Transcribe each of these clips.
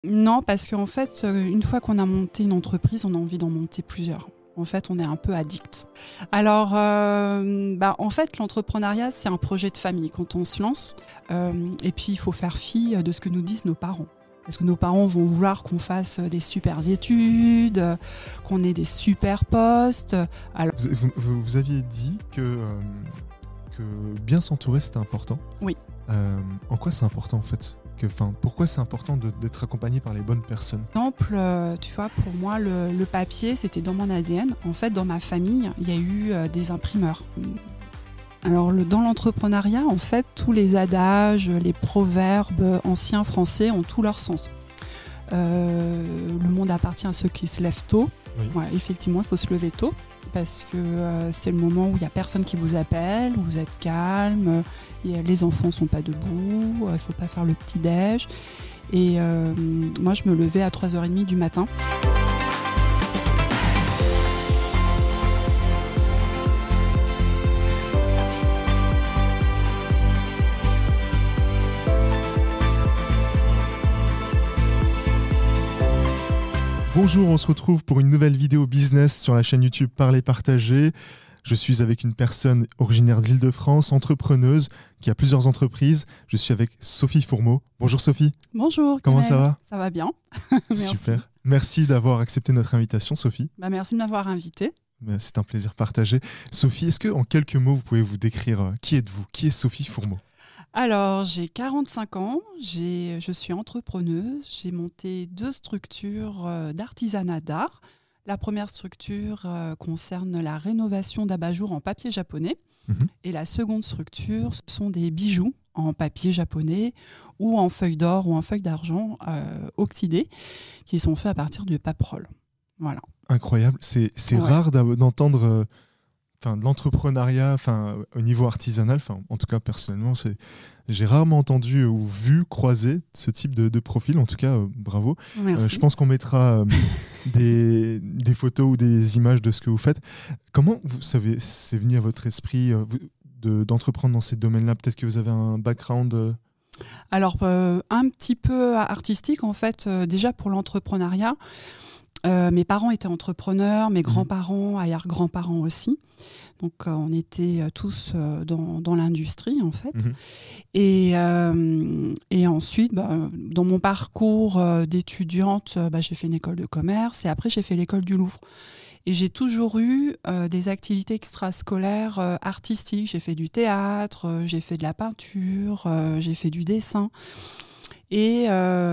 Non, parce qu'en fait, une fois qu'on a monté une entreprise, on a envie d'en monter plusieurs. En fait, on est un peu addict. Alors, en fait, l'entrepreneuriat, c'est un projet de famille quand on se lance. Et puis, il faut faire fi de ce que nous disent nos parents. Parce que nos parents vont vouloir qu'on fasse des super études, qu'on ait des super postes. Alors, Vous aviez dit que bien s'entourer, c'était important. Oui. En quoi c'est important, en fait? Pourquoi c'est important d'être accompagné par les bonnes personnes? par exemple, tu vois, pour moi, le papier, c'était dans mon ADN. En fait, dans ma famille, il y a eu des imprimeurs. Alors, dans l'entrepreneuriat, en fait, tous les adages, les proverbes anciens français ont tout leur sens. Le monde appartient à ceux qui se lèvent tôt. Oui. Ouais, effectivement, il faut se lever tôt parce que c'est le moment où il n'y a personne qui vous appelle, où vous êtes calme, les enfants ne sont pas debout, il ne faut pas faire le petit-déj. Et moi, je me levais à 3h30 du matin. Bonjour, on se retrouve pour une nouvelle vidéo business sur la chaîne YouTube Parler Partager. Je suis avec une personne originaire d'Île-de-France, entrepreneuse, qui a plusieurs entreprises. Je suis avec Sophie Fourmeau. Bonjour Sophie. Bonjour. Comment ça va? Ça va bien. Merci. Super. Merci d'avoir accepté notre invitation, Sophie. Merci de m'avoir invitée. C'est un plaisir partagé. Sophie, est-ce qu'en quelques mots, vous pouvez vous décrire qui êtes-vous? Qui est Sophie Fourmeau? Alors, j'ai 45 ans, je suis entrepreneuse, j'ai monté 2 structures d'artisanat d'art. La première structure concerne la rénovation d'abat-jour en papier japonais et la seconde structure, ce sont des bijoux en papier japonais ou en feuilles d'or ou en feuilles d'argent oxydées qui sont faits à partir du paperole. Voilà. Incroyable, c'est rare d'entendre... de l'entrepreneuriat au niveau artisanal, en tout cas personnellement, j'ai rarement entendu ou vu croiser ce type de profil. En tout cas, bravo. Je pense qu'on mettra des photos ou des images de ce que vous faites. Comment c'est venu à votre esprit d'entreprendre dans ces domaines-là? Peut-être que vous avez un background Alors, un petit peu artistique, en fait, déjà pour l'entrepreneuriat. Mes parents étaient entrepreneurs, mes grands-parents, arrière-grands-parents aussi. Donc, on était tous dans l'industrie, en fait. Et ensuite, dans mon parcours d'étudiante, j'ai fait une école de commerce et après, j'ai fait l'école du Louvre. Et j'ai toujours eu des activités extrascolaires artistiques. J'ai fait du théâtre, j'ai fait de la peinture, j'ai fait du dessin. Et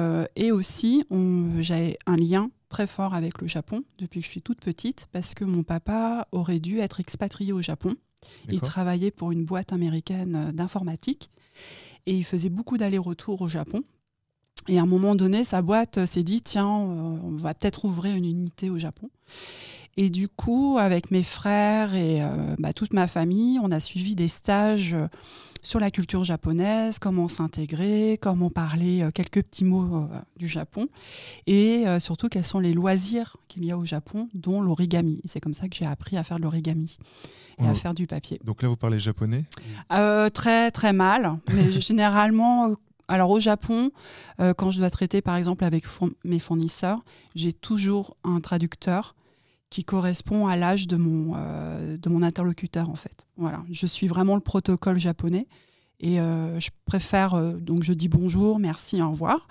aussi, j'avais un lien très fort avec le Japon depuis que je suis toute petite parce que mon papa aurait dû être expatrié au Japon. D'accord. Il travaillait pour une boîte américaine d'informatique et il faisait beaucoup d'allers-retours au Japon. Et à un moment donné, sa boîte s'est dit « Tiens, on va peut-être ouvrir une unité au Japon ». Et du coup, avec mes frères et toute ma famille, on a suivi des stages sur la culture japonaise, comment s'intégrer, comment parler quelques petits mots du Japon et surtout quels sont les loisirs qu'il y a au Japon, dont l'origami. C'est comme ça que j'ai appris à faire de l'origami et à faire du papier. Donc là, vous parlez japonais? Très, très mal. Mais généralement... Alors au Japon, quand je dois traiter par exemple avec mes fournisseurs, j'ai toujours un traducteur qui correspond à l'âge de mon interlocuteur en fait. Voilà, je suis vraiment le protocole japonais et je préfère donc je dis bonjour, merci, au revoir,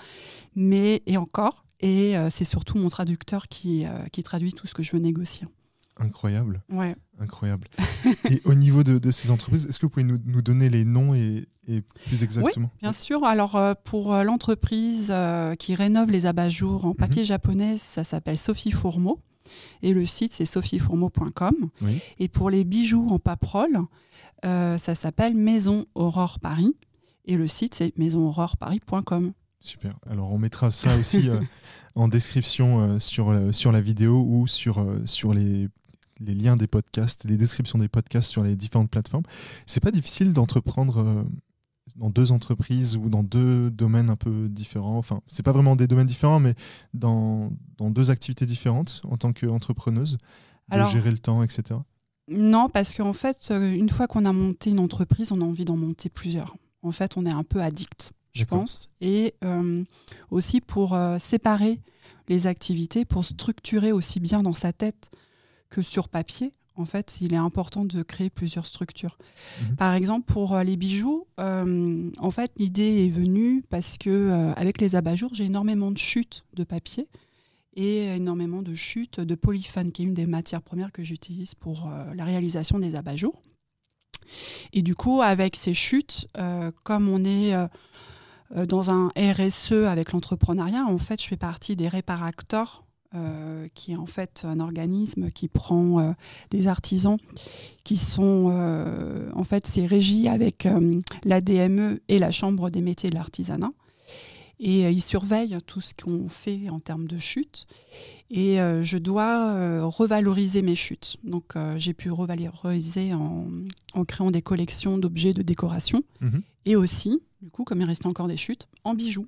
et c'est surtout mon traducteur qui traduit tout ce que je veux négocier. Incroyable. Ouais. Incroyable. Et au niveau de ces entreprises, est-ce que vous pouvez nous donner les noms et plus exactement? Oui, bien sûr. Alors, pour l'entreprise qui rénove les abat-jours en papier japonais, ça s'appelle Sophie Fourmeau. Et le site, c'est sophiefourmeau.com. Oui. Et pour les bijoux en paperole, ça s'appelle Maison Aurore Paris. Et le site, c'est maisonauroreparis.com. Super. Alors, on mettra ça aussi en description sur la vidéo ou sur les liens des podcasts, les descriptions des podcasts sur les différentes plateformes. C'est pas difficile d'entreprendre dans 2 entreprises ou dans 2 domaines un peu différents. Enfin, c'est pas vraiment des domaines différents, mais dans 2 activités différentes en tant qu'entrepreneuse, de gérer le temps, etc. Non, parce qu'en fait, une fois qu'on a monté une entreprise, on a envie d'en monter plusieurs. En fait, on est un peu addict. je pense. Et aussi pour séparer les activités, pour structurer aussi bien dans sa tête que sur papier. En fait, il est important de créer plusieurs structures. Par exemple, pour les bijoux, en fait, l'idée est venue parce que avec les abat-jours, j'ai énormément de chutes de papier et énormément de chutes de polyphane, qui est une des matières premières que j'utilise pour la réalisation des abat-jours. Et du coup, avec ces chutes, comme on est dans un RSE avec l'entrepreneuriat, en fait, je fais partie des Réparactors, qui est en fait un organisme qui prend des artisans qui sont en fait, c'est régi avec l'ADME et la Chambre des métiers de l'artisanat. Et ils surveillent tout ce qu'on fait en termes de chutes. Et je dois revaloriser mes chutes. Donc j'ai pu revaloriser en créant des collections d'objets de décoration. Et aussi, du coup, comme il restait encore des chutes, en bijoux.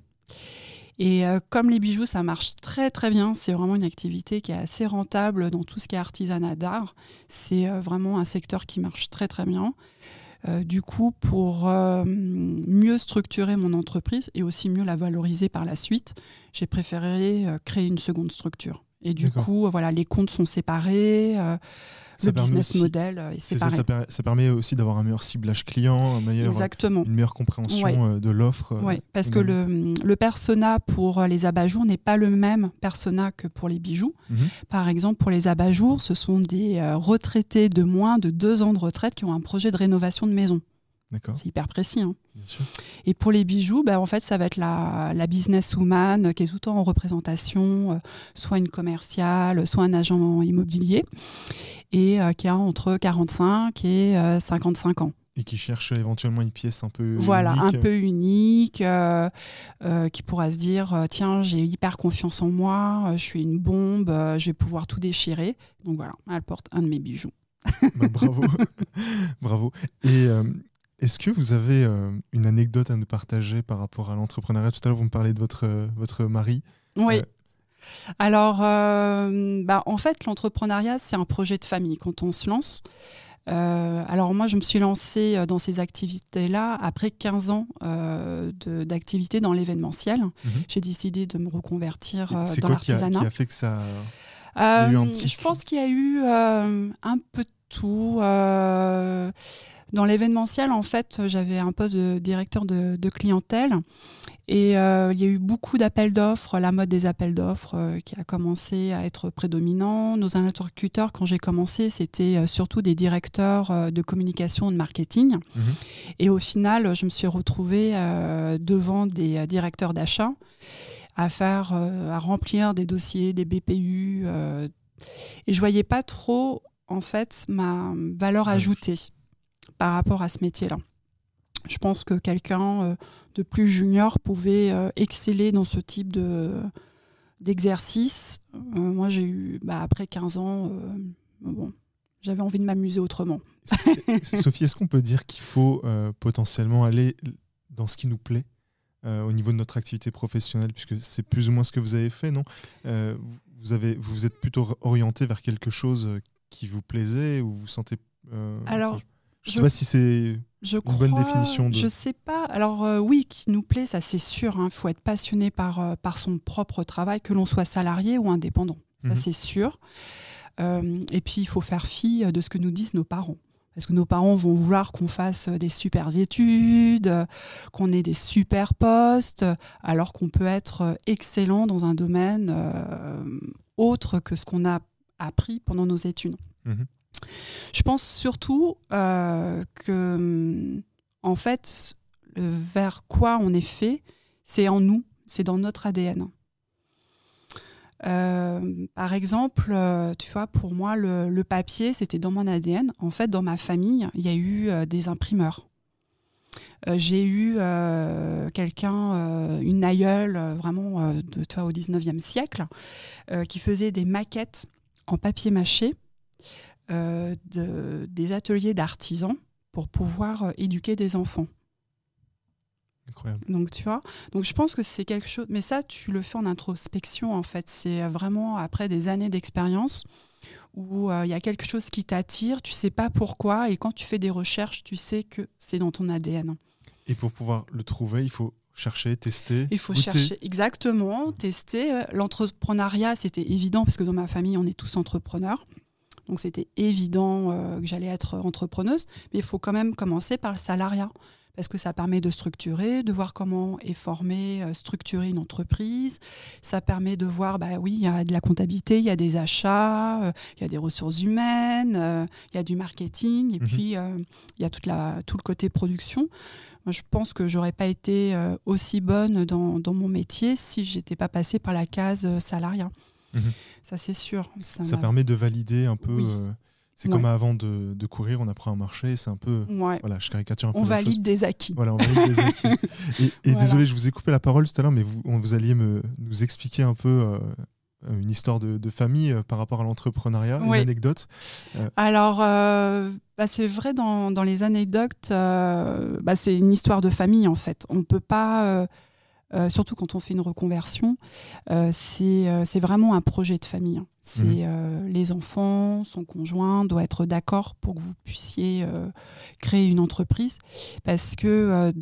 Et comme les bijoux, ça marche très très bien, c'est vraiment une activité qui est assez rentable dans tout ce qui est artisanat d'art. C'est vraiment un secteur qui marche très très bien. Du coup, pour mieux structurer mon entreprise et aussi mieux la valoriser par la suite, j'ai préféré créer une seconde structure. Et du coup, voilà, les comptes sont séparés, le business model est séparé. Ça permet aussi d'avoir un meilleur ciblage client, une meilleure compréhension de l'offre. Oui, parce que le persona pour les abat-jours n'est pas le même persona que pour les bijoux. Par exemple, pour les abat-jours, ce sont des retraités de moins de 2 ans de retraite qui ont un projet de rénovation de maison. C'est hyper précis. Hein. Bien sûr. Et pour les bijoux, en fait, ça va être la businesswoman qui est tout le temps en représentation, soit une commerciale, soit un agent immobilier, et qui a entre 45 et 55 ans. Et qui cherche éventuellement une pièce un peu unique. Un peu unique, qui pourra se dire tiens, j'ai hyper confiance en moi, je suis une bombe, je vais pouvoir tout déchirer. Donc voilà, elle porte un de mes bijoux. Bravo. Bravo. Et est-ce que vous avez une anecdote à nous partager par rapport à l'entrepreneuriat ? Tout à l'heure, vous me parlez de votre mari. Oui. Alors, en fait, l'entrepreneuriat, c'est un projet de famille quand on se lance. Alors moi, je me suis lancée dans ces activités-là après 15 ans d'activité dans l'événementiel. J'ai décidé de me reconvertir dans l'artisanat. C'est quoi qui a fait que ça a eu un petit... Je pense qu'il y a eu un peu de tout. Dans l'événementiel, en fait, j'avais un poste de directeur de clientèle et il y a eu beaucoup d'appels d'offres, la mode des appels d'offres qui a commencé à être prédominant. Nos interlocuteurs, quand j'ai commencé, c'était surtout des directeurs de communication, de marketing. Et au final, je me suis retrouvée devant des directeurs d'achat à remplir des dossiers, des BPU. Et je voyais pas trop, en fait, ma valeur ajoutée par rapport à ce métier-là. Je pense que quelqu'un de plus junior pouvait exceller dans ce type d'exercice. Moi, j'ai eu, après 15 ans, j'avais envie de m'amuser autrement. Sophie, est-ce qu'on peut dire qu'il faut potentiellement aller dans ce qui nous plaît au niveau de notre activité professionnelle, puisque c'est plus ou moins ce que vous avez fait, non ? Vous êtes plutôt orienté vers quelque chose qui vous plaisait ou vous sentez... Alors, je ne sais pas si c'est une bonne définition. Je ne sais pas. Alors oui, qui nous plaît, ça c'est sûr. Il faut être passionné par son propre travail, que l'on soit salarié ou indépendant. Ça c'est sûr. Et puis il faut faire fi de ce que nous disent nos parents. Parce que nos parents vont vouloir qu'on fasse des super études, qu'on ait des super postes, alors qu'on peut être excellent dans un domaine autre que ce qu'on a appris pendant nos études. Je pense surtout que, en fait, vers quoi on est fait, c'est en nous, c'est dans notre ADN. Par exemple, tu vois, pour moi, le papier, c'était dans mon ADN. En fait, dans ma famille, il y a eu des imprimeurs. J'ai eu une aïeule, vraiment, au 19e siècle, qui faisait des maquettes en papier mâché, des ateliers d'artisans pour pouvoir éduquer des enfants. Incroyable. Donc, tu vois, donc je pense que c'est quelque chose, mais ça, tu le fais en introspection, en fait. C'est vraiment après des années d'expérience où il y a quelque chose qui t'attire, tu sais pas pourquoi, et quand tu fais des recherches, tu sais que c'est dans ton ADN. Et pour pouvoir le trouver, il faut chercher, tester, il faut goûter. chercher, exactement, tester. L'entrepreneuriat, c'était évident parce que dans ma famille, on est tous entrepreneurs. Donc, c'était évident que j'allais être entrepreneuse. Mais il faut quand même commencer par le salariat. Parce que ça permet de structurer, de voir comment est formée, structurer une entreprise. Ça permet de voir, oui, il y a de la comptabilité, il y a des achats, il y a des ressources humaines, il y a du marketing, et puis il y a tout le côté production. Moi, je pense que j'aurais pas été aussi bonne dans mon métier si j'étais pas passée par la case salariat. Ça, c'est sûr. Ça permet de valider un peu... Oui. C'est comme avant de courir, on apprend un marché, c'est un peu... Voilà, je caricature un peu on la chose. valide des acquis. Voilà, on valide des acquis. Et voilà. Désolé, je vous ai coupé la parole tout à l'heure, mais vous alliez nous expliquer un peu une histoire de famille par rapport à l'entrepreneuriat, une anecdote. Alors, c'est vrai, dans les anecdotes, c'est une histoire de famille, en fait. On ne peut pas... surtout quand on fait une reconversion, c'est vraiment un projet de famille. Hein. C'est les enfants, son conjoint doit être d'accord pour que vous puissiez créer une entreprise, parce que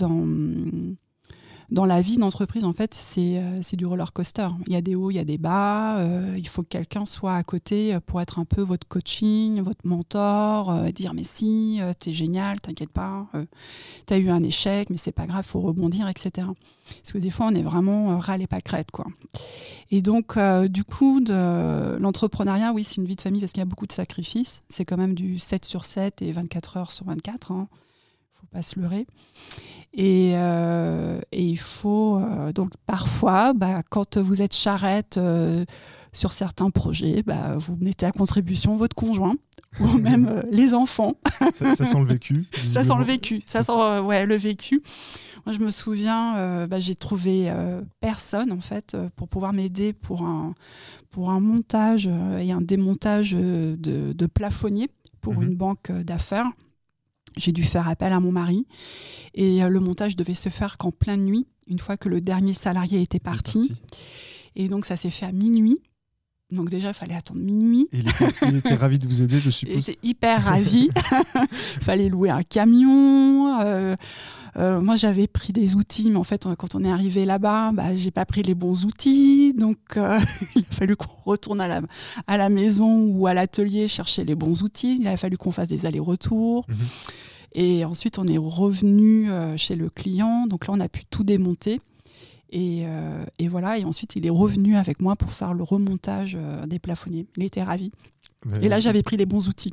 dans la vie d'entreprise, en fait, c'est du roller coaster. Il y a des hauts, il y a des bas. Il faut que quelqu'un soit à côté pour être un peu votre coaching, votre mentor, dire mais si, t'es génial, t'inquiète pas, t'as eu un échec, mais c'est pas grave, faut rebondir, etc. Parce que des fois, on est vraiment râle et pas crête, quoi. Et donc, du coup, l'entrepreneuriat, oui, c'est une vie de famille parce qu'il y a beaucoup de sacrifices. C'est quand même du 7/7 et 24 heures sur 24. Hein. Faut pas se leurrer. Et il faut donc parfois, quand vous êtes charrette sur certains projets, vous mettez à contribution votre conjoint ou même les enfants. Ça sent le vécu. Ça sent le vécu. Ça sent le vécu. Moi, je me souviens, j'ai trouvé personne en fait pour pouvoir m'aider pour un montage et un démontage de plafonnier pour une banque d'affaires. J'ai dû faire appel à mon mari et le montage devait se faire qu'en pleine nuit, une fois que le dernier salarié était parti. Et donc, ça s'est fait à minuit. Donc déjà, il fallait attendre minuit. Et il était ravi de vous aider, je suppose. Il était hyper ravi. Il fallait louer un camion. Moi, j'avais pris des outils, mais en fait, quand on est arrivé là-bas, j'ai pas pris les bons outils. Donc, il a fallu qu'on retourne à la maison ou à l'atelier chercher les bons outils. Il a fallu qu'on fasse des allers-retours. Et ensuite, on est revenu chez le client. Donc là, on a pu tout démonter. Et voilà. Et ensuite, il est revenu avec moi pour faire le remontage des plafonniers. Il était ravi. Et là, j'avais pris les bons outils.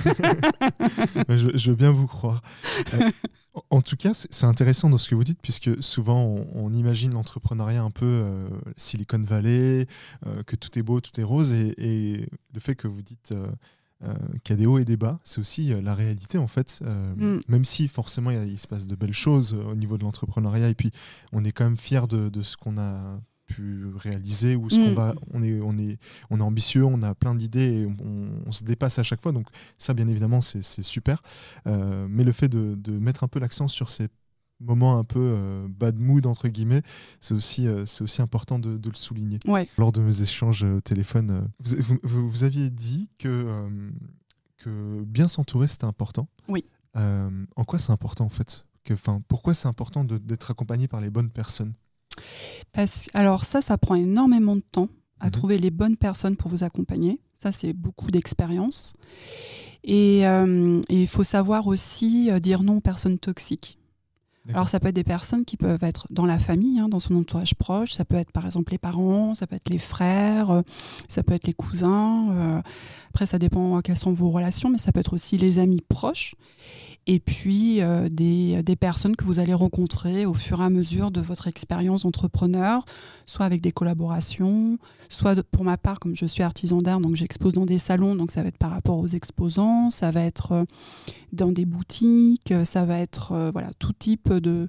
Je veux bien vous croire. En tout cas, c'est intéressant dans ce que vous dites, puisque souvent, on imagine l'entrepreneuriat un peu Silicon Valley, que tout est beau, tout est rose. Et le fait que vous dites qu'il y a des hauts et des bas, c'est aussi la réalité, en fait. Même si, forcément, il se passe de belles choses au niveau de l'entrepreneuriat. Et puis, on est quand même fiers de ce qu'on a pu réaliser ou ce qu'on va, on est ambitieux, on a plein d'idées et on se dépasse à chaque fois, donc ça bien évidemment c'est super, mais le fait de mettre un peu l'accent sur ces moments un peu bad mood entre guillemets, c'est aussi important de le souligner. Lors de mes échanges au téléphone, vous aviez dit que bien s'entourer c'était important. En quoi c'est important en fait, pourquoi c'est important d'être accompagné par les bonnes personnes? Alors ça prend énormément de temps à trouver les bonnes personnes pour vous accompagner. Ça, c'est beaucoup d'expérience. Et il faut savoir aussi dire non aux personnes toxiques. Alors ça peut être des personnes qui peuvent être dans la famille, dans son entourage proche. Ça peut être par exemple les parents, ça peut être les frères, ça peut être les cousins. Après, ça dépend quelles sont vos relations, mais ça peut être aussi les amis proches. Et puis des personnes que vous allez rencontrer au fur et à mesure de votre expérience d'entrepreneur, soit avec des collaborations, soit pour ma part, comme je suis artisan d'art, donc j'expose dans des salons, donc ça va être par rapport aux exposants, ça va être dans des boutiques, ça va être tout type de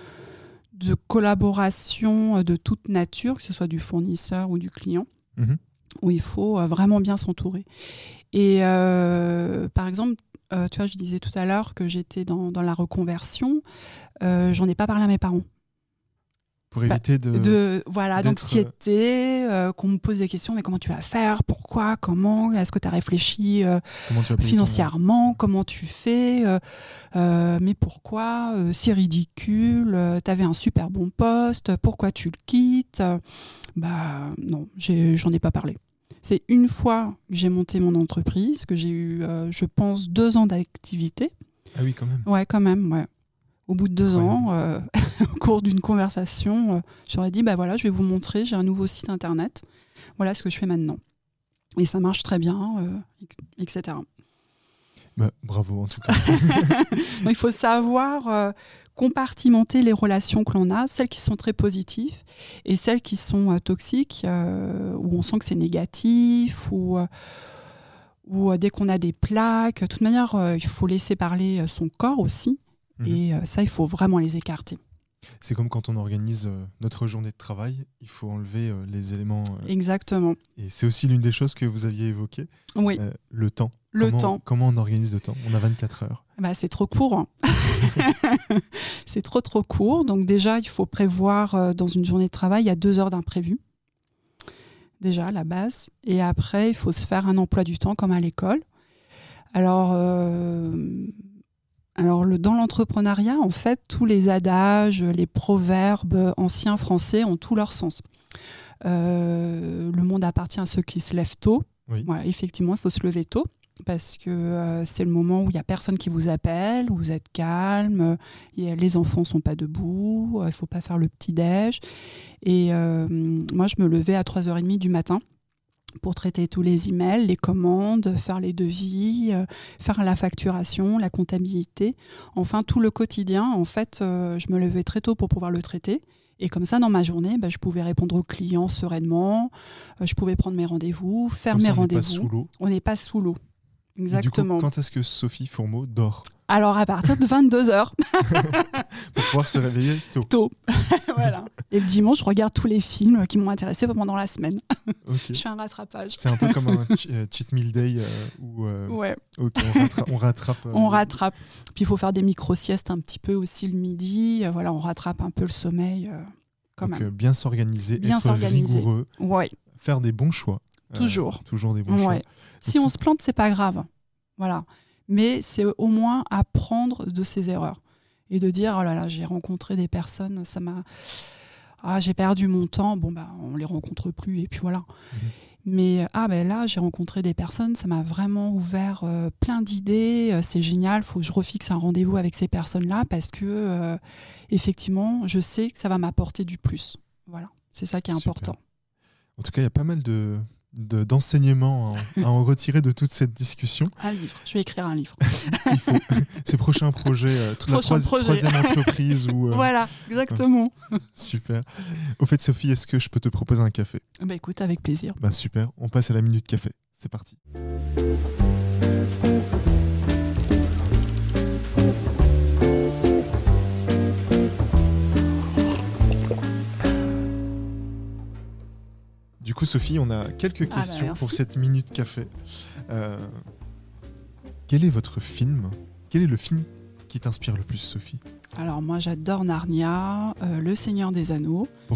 collaboration de toute nature, que ce soit du fournisseur ou du client, où il faut vraiment bien s'entourer. Et par exemple, tu vois, je disais tout à l'heure que j'étais dans la reconversion. J'en ai pas parlé à mes parents. Pour éviter d'anxiété, qu'on me pose des questions, mais comment tu vas faire, pourquoi, comment, est-ce que tu as réfléchi financièrement, comment tu fais, mais pourquoi, c'est ridicule, tu avais un super bon poste, pourquoi tu le quittes, non, j'en ai pas parlé. C'est une fois que j'ai monté mon entreprise, que j'ai eu, je pense, 2 ans d'activité. Ah oui, quand même. Ouais, quand même, ouais. Au bout de 2 ans, au cours d'une conversation, j'aurais dit, voilà, je vais vous montrer, j'ai un nouveau site internet. Voilà ce que je fais maintenant. Et ça marche très bien, etc. Bravo, en tout cas. Donc, il faut savoir compartimenter les relations que l'on a, celles qui sont très positives et celles qui sont toxiques, où on sent que c'est négatif, ou dès qu'on a des plaques. De toute manière, il faut laisser parler son corps aussi. Et ça, il faut vraiment les écarter. C'est comme quand on organise notre journée de travail, il faut enlever les éléments. Exactement. Et c'est aussi l'une des choses que vous aviez évoquées. Oui. Le temps. Comment on organise le temps ? On a 24 heures. C'est trop court. C'est trop court. Donc déjà, il faut prévoir dans une journée de travail, il y a 2 heures d'imprévu. Déjà, la base. Et après, il faut se faire un emploi du temps comme à l'école. Alors dans l'entrepreneuriat, en fait, tous les adages, les proverbes anciens français ont tout leur sens. Le monde appartient à ceux qui se lèvent tôt. Oui. Voilà, effectivement, il faut se lever tôt parce que c'est le moment où il n'y a personne qui vous appelle, où vous êtes calme, les enfants ne sont pas debout, il ne faut pas faire le petit-déj. Et moi, je me levais à 3h30 du matin pour traiter tous les emails, les commandes, faire les devis, faire la facturation, la comptabilité. Enfin, tout le quotidien, en fait, je me levais très tôt pour pouvoir le traiter. Et comme ça, dans ma journée, je pouvais répondre aux clients sereinement, je pouvais prendre mes rendez-vous, faire mes rendez-vous. On n'est pas sous l'eau. On n'est pas sous l'eau. Exactement. Et du coup, quand est-ce que Sophie Fourmeau dort ? Alors, à partir de 22h. Pour pouvoir se réveiller tôt. Tôt. Voilà. Et le dimanche, je regarde tous les films qui m'ont intéressé pendant la semaine. Okay. Je fais un rattrapage. C'est un peu comme un cheat meal day où ouais. Okay, on rattrape. On rattrape. Puis il faut faire des micro-siestes un petit peu aussi le midi. Voilà, on rattrape un peu le sommeil. Donc bien s'organiser, être rigoureux. Ouais. Faire des bons choix. Toujours. Toujours des bons choix. Si on se plante, c'est pas grave. Voilà. Mais c'est au moins apprendre de ses erreurs. Et de dire, oh là là, j'ai rencontré des personnes, ça m'a... j'ai perdu mon temps, on les rencontre plus, et puis voilà. Mais là, j'ai rencontré des personnes, ça m'a vraiment ouvert plein d'idées, c'est génial, il faut que je refixe un rendez-vous avec ces personnes-là, parce que, effectivement, je sais que ça va m'apporter du plus. Voilà, c'est ça qui est important. En tout cas, il y a pas mal d'enseignements à en retirer de toute cette discussion. Un livre, je vais écrire un livre. Il faut. Ces prochains projets, la troisième entreprise. Voilà, exactement. Super. Au fait, Sophie, est-ce que je peux te proposer un café ? Écoute, avec plaisir. Super, on passe à la minute café. C'est parti. Du coup, Sophie, on a quelques questions pour cette minute café. Quel est votre film ? Quel est le film qui t'inspire le plus, Sophie ? Alors moi, j'adore Narnia, Le Seigneur des Anneaux. Pourquoi ?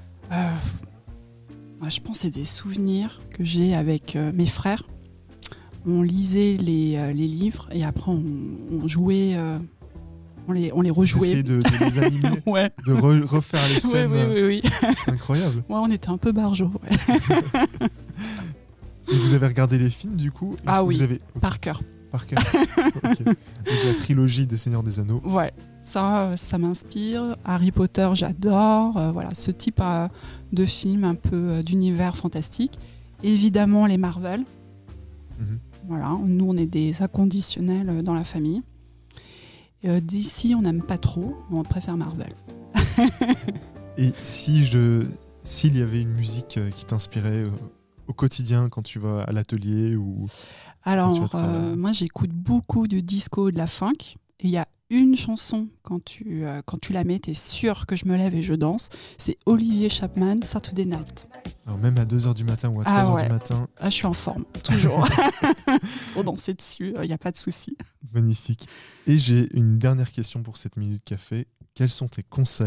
Moi, je pense que c'est des souvenirs que j'ai avec mes frères. On lisait les livres et après on jouait... On les rejouait. Essayer de les animer, ouais. De refaire les scènes. Oui. Incroyable. Ouais, on était un peu barjots. Ouais. Et vous avez regardé les films du coup ? Oui, vous avez... par cœur. Par cœur. Okay. Donc la trilogie des Seigneurs des Anneaux. Ouais, ça m'inspire. Harry Potter, j'adore. Voilà, ce type de film un peu d'univers fantastique. Évidemment, les Marvel. Voilà, nous, on est des inconditionnels dans la famille. D'ici, on n'aime pas trop, on préfère Marvel. Et s'il y avait une musique qui t'inspirait au quotidien quand tu vas à l'atelier ou Alors, moi, j'écoute beaucoup de disco, de la funk. Et il y a une chanson, quand tu la mets, t'es sûr que je me lève et je danse. C'est Olivier Chapman, Saturday Night. Alors même à 2h du matin ou à 3h du matin. Je suis en forme, toujours. Pour danser dessus, il n'y a pas de souci. Magnifique. Et j'ai une dernière question pour cette minute café. Quels sont tes conseils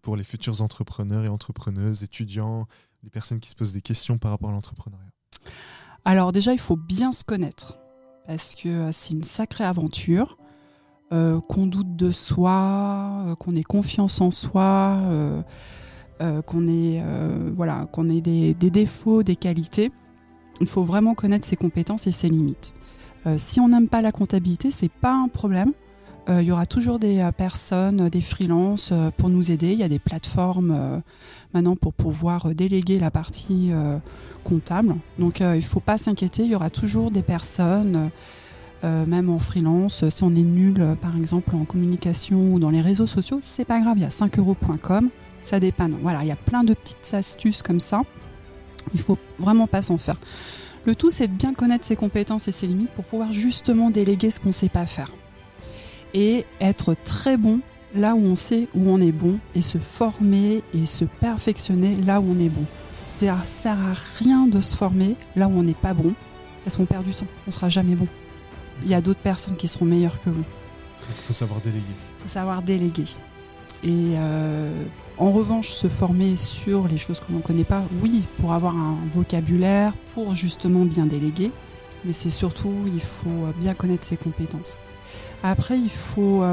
pour les futurs entrepreneurs et entrepreneuses, étudiants, les personnes qui se posent des questions par rapport à l'entrepreneuriat? Alors déjà, il faut bien se connaître parce que c'est une sacrée aventure. Qu'on doute de soi, qu'on ait confiance en soi, qu'on ait des défauts, des qualités. Il faut vraiment connaître ses compétences et ses limites. Si on n'aime pas la comptabilité, c'est pas un problème. Il y aura toujours des personnes, des freelances pour nous aider. Il y a des plateformes maintenant pour pouvoir déléguer la partie comptable. Donc il ne faut pas s'inquiéter, il y aura toujours des personnes, même en freelance. Si on est nul, par exemple, en communication ou dans les réseaux sociaux, c'est pas grave, il y a 5euros.com, ça dépanne. Voilà, il y a plein de petites astuces comme ça. Il ne faut vraiment pas s'en faire. Le tout, c'est de bien connaître ses compétences et ses limites pour pouvoir justement déléguer ce qu'on ne sait pas faire. Et être très bon là où on sait où on est bon et se former et se perfectionner là où on est bon. Ça ne sert à rien de se former là où on n'est pas bon parce qu'on perd du temps, on ne sera jamais bon. Il y a d'autres personnes qui seront meilleures que vous. Il faut savoir déléguer. Il faut savoir déléguer. Et en revanche, se former sur les choses qu'on ne connaît pas, oui, pour avoir un vocabulaire, pour justement bien déléguer, mais c'est surtout, il faut bien connaître ses compétences. Après, il faut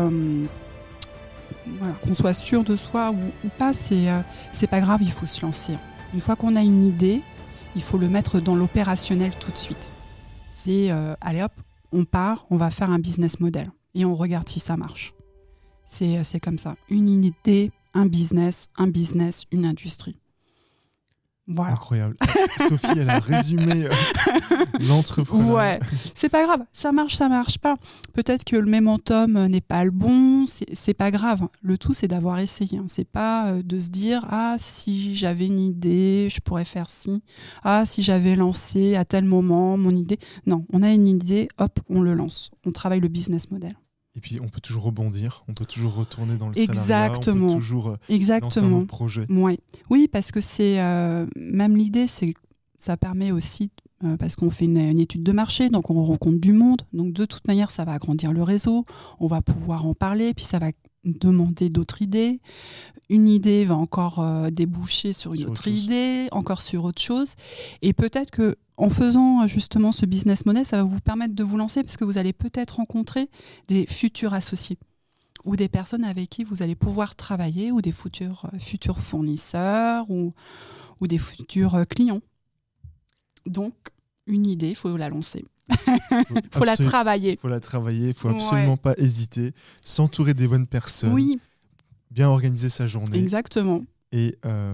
qu'on soit sûr de soi ou pas, c'est pas grave, il faut se lancer. Une fois qu'on a une idée, il faut le mettre dans l'opérationnel tout de suite. C'est, allez hop, on part, on va faire un business model et on regarde si ça marche. C'est comme ça. Une idée, un business, une industrie. Voilà. Incroyable. Sophie, elle a résumé l'entrepreneuriat. Ouais, c'est pas grave. Ça marche pas. Peut-être que le momentum n'est pas le bon. C'est pas grave. Le tout, c'est d'avoir essayé. C'est pas de se dire « Ah, si j'avais une idée, je pourrais faire ci. Ah, si j'avais lancé à tel moment mon idée. » Non, on a une idée, hop, on le lance. On travaille le business model. Et puis, on peut toujours rebondir, on peut toujours retourner dans le Exactement. salariat, on peut toujours lancer un autre projet. Ouais. Oui, parce que c'est même l'idée, c'est ça permet aussi, parce qu'on fait une étude de marché, donc on rencontre du monde, donc de toute manière, ça va agrandir le réseau, on va pouvoir en parler, puis ça va demander d'autres idées. Une idée va encore déboucher sur une autre idée, encore sur autre chose. Et peut-être que en faisant justement ce business model, ça va vous permettre de vous lancer parce que vous allez peut-être rencontrer des futurs associés ou des personnes avec qui vous allez pouvoir travailler ou des futurs fournisseurs ou des futurs clients. Donc, une idée, il faut la lancer. Il faut la travailler. Il faut la travailler, il ne faut absolument pas hésiter. S'entourer des bonnes personnes. Oui. Bien organiser sa journée. Exactement. Et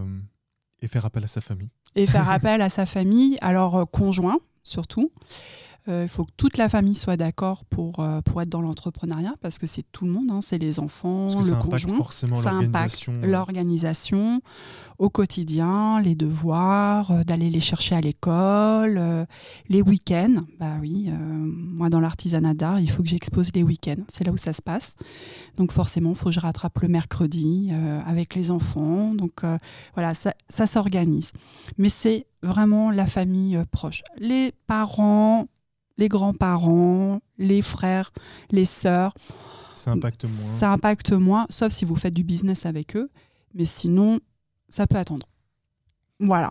faire appel à sa famille. Et faire appel à sa famille, alors conjoint surtout. Il faut que toute la famille soit d'accord pour être dans l'entrepreneuriat parce que c'est tout le monde, hein, c'est les enfants, le conjoint. Ça impacte forcément l'organisation. L'organisation au quotidien, les devoirs, d'aller les chercher à l'école, les week-ends. Bah oui, moi dans l'artisanat d'art, il faut que j'expose les week-ends. C'est là où ça se passe. Donc forcément, il faut que je rattrape le mercredi avec les enfants. Donc voilà, ça s'organise. Mais c'est vraiment la famille proche. Les parents, les grands-parents, les frères, les sœurs. Ça impacte moins. Ça impacte moins, sauf si vous faites du business avec eux. Mais sinon, ça peut attendre. Voilà.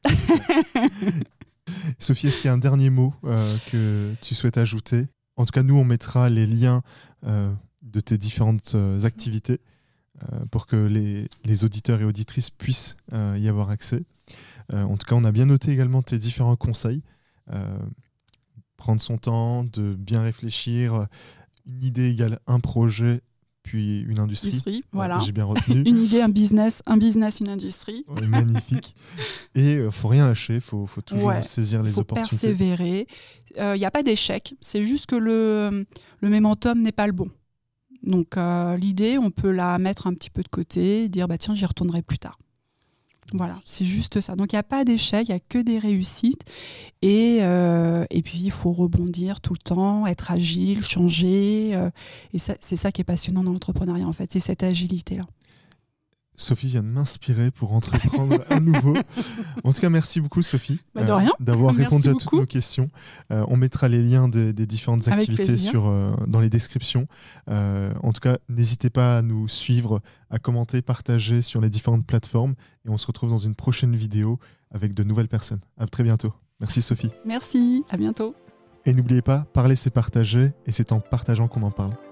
Sophie, est-ce qu'il y a un dernier mot que tu souhaites ajouter? En tout cas, nous, on mettra les liens de tes différentes activités pour que les auditeurs et auditrices puissent y avoir accès. En tout cas, on a bien noté également tes différents conseils. Prendre son temps, de bien réfléchir. Une idée égale un projet, puis une industrie. Voilà. J'ai bien retenu. Une idée, un business, une industrie. Ouais, magnifique. Et il ne faut rien lâcher, il faut toujours saisir les opportunités. Il faut persévérer. Il n'y a pas d'échec, c'est juste que le momentum n'est pas le bon. Donc l'idée, on peut la mettre un petit peu de côté, dire bah, tiens, j'y retournerai plus tard. Voilà, c'est juste ça. Donc il n'y a pas d'échec, il n'y a que des réussites. Et puis il faut rebondir tout le temps, être agile, changer. Et c'est ça qui est passionnant dans l'entrepreneuriat en fait, c'est cette agilité-là. Sophie vient de m'inspirer pour entreprendre à nouveau. En tout cas, merci beaucoup Sophie de rien. d'avoir répondu à beaucoup. toutes nos questions. On mettra les liens des différentes activités dans les descriptions. En tout cas, n'hésitez pas à nous suivre, à commenter, partager sur les différentes plateformes. Et on se retrouve dans une prochaine vidéo avec de nouvelles personnes. À très bientôt. Merci Sophie. Merci, à bientôt. Et n'oubliez pas, parler c'est partager et c'est en partageant qu'on en parle.